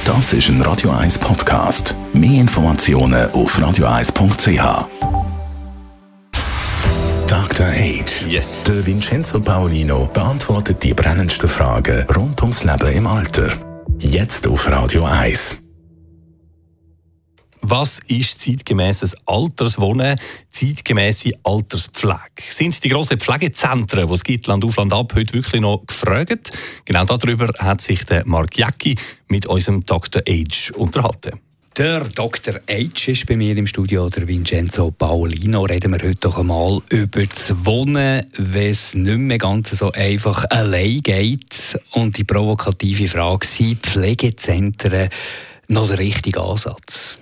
Das ist ein Radio 1 Podcast. Mehr Informationen auf radio1.ch. Dr. Age. Yes. Der Vincenzo Paolino beantwortet die brennendsten Fragen rund ums Leben im Alter. Jetzt auf Radio 1. Was ist zeitgemäßes Alterswohnen, zeitgemäße Alterspflege? Sind die grossen Pflegezentren, die es gibt, Land auf Land ab, heute wirklich noch gefragt? Genau darüber hat sich der Marc Jäcki mit unserem Dr. Age unterhalten. Der Dr. Age ist bei mir im Studio, der Vincenzo Paolino. Reden wir heute doch einmal über das Wohnen, wenn es nicht mehr ganz so einfach allein geht. Und die provokative Frage: sind Pflegezentren noch der richtige Ansatz?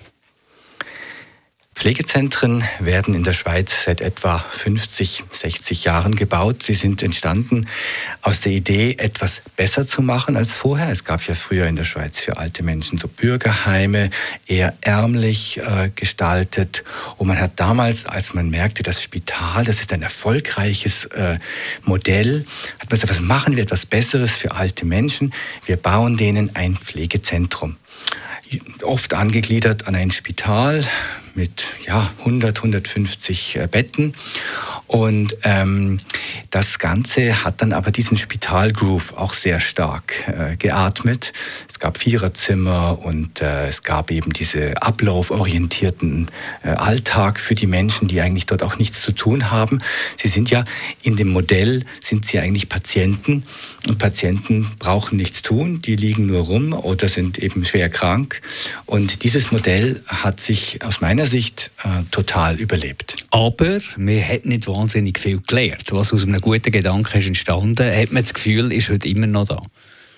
Pflegezentren werden in der Schweiz seit etwa 50, 60 Jahren gebaut. Sie sind entstanden aus der Idee, etwas besser zu machen als vorher. Es gab ja früher in der Schweiz für alte Menschen so Bürgerheime, eher ärmlich gestaltet. Und man hat damals, als man merkte, das Spital, das ist ein erfolgreiches Modell, hat man gesagt, was machen wir etwas Besseres für alte Menschen? Wir bauen denen ein Pflegezentrum. Oft angegliedert an ein Spital mit 150 Betten. Und das Ganze hat dann aber diesen Spitalgroove auch sehr stark geatmet. Es gab Viererzimmer und es gab eben diese ablauforientierten Alltag für die Menschen, die eigentlich dort auch nichts zu tun haben. Sie sind ja in dem Modell, sind sie eigentlich Patienten und Patienten brauchen nichts tun, die liegen nur rum oder sind eben schwer krank. Und dieses Modell hat sich aus meiner Sicht total überlebt. Aber man hat nicht wahnsinnig viel gelernt. Was aus einem guten Gedanken ist entstanden, hat man das Gefühl, ist heute immer noch da.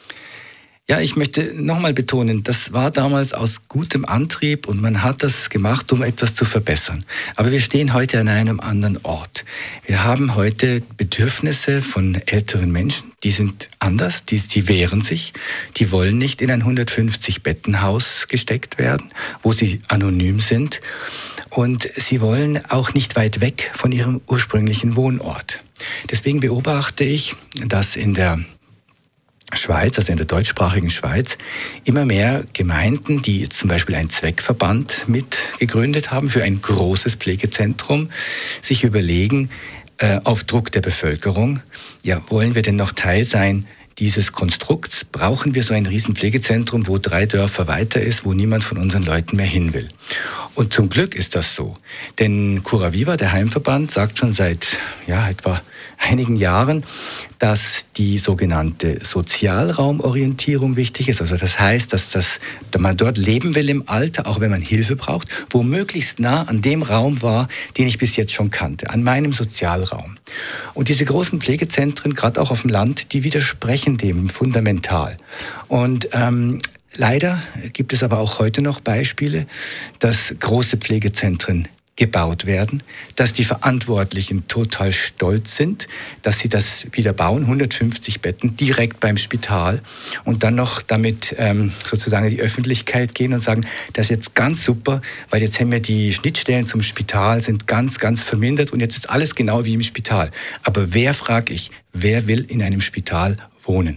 Ja, ich möchte nochmal betonen, das war damals aus gutem Antrieb und man hat das gemacht, um etwas zu verbessern. Aber wir stehen heute an einem anderen Ort. Wir haben heute Bedürfnisse von älteren Menschen, die sind anders, die wehren sich, die wollen nicht in ein 150-Bettenhaus gesteckt werden, wo sie anonym sind. Und sie wollen auch nicht weit weg von ihrem ursprünglichen Wohnort. Deswegen beobachte ich, dass in der Schweiz, also in der deutschsprachigen Schweiz, immer mehr Gemeinden, die zum Beispiel einen Zweckverband mit gegründet haben für ein großes Pflegezentrum, sich überlegen, auf Druck der Bevölkerung, wollen wir denn noch Teil sein dieses Konstrukts? Brauchen wir so ein Riesenpflegezentrum, wo 3 Dörfer weiter ist, wo niemand von unseren Leuten mehr hin will? Und zum Glück ist das so. Denn Cura Viva, der Heimverband, sagt schon seit etwa einigen Jahren, dass die sogenannte Sozialraumorientierung wichtig ist. Also das heißt, dass man dort leben will im Alter, auch wenn man Hilfe braucht, wo möglichst nah an dem Raum war, den ich bis jetzt schon kannte, an meinem Sozialraum. Und diese großen Pflegezentren, gerade auch auf dem Land, die widersprechen dem fundamental. Und leider gibt es aber auch heute noch Beispiele, dass große Pflegezentren gebaut werden, dass die Verantwortlichen total stolz sind, dass sie das wieder bauen, 150 Betten direkt beim Spital und dann noch damit sozusagen in die Öffentlichkeit gehen und sagen, das ist jetzt ganz super, weil jetzt haben wir die Schnittstellen zum Spital sind ganz, ganz vermindert und jetzt ist alles genau wie im Spital. Aber frage ich, wer will in einem Spital wohnen?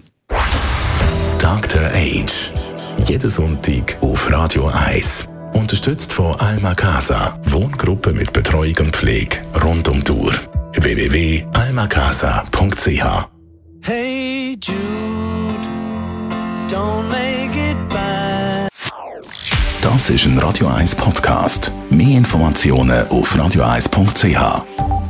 Dr. Age. Jeden Sonntag auf Radio 1. Unterstützt von Alma Casa. Wohngruppe mit Betreuung und Pflege rund um die Uhr. www.almacasa.ch. Hey Jude, don't make it bad. Das ist ein Radio 1 Podcast. Mehr Informationen auf radio1.ch.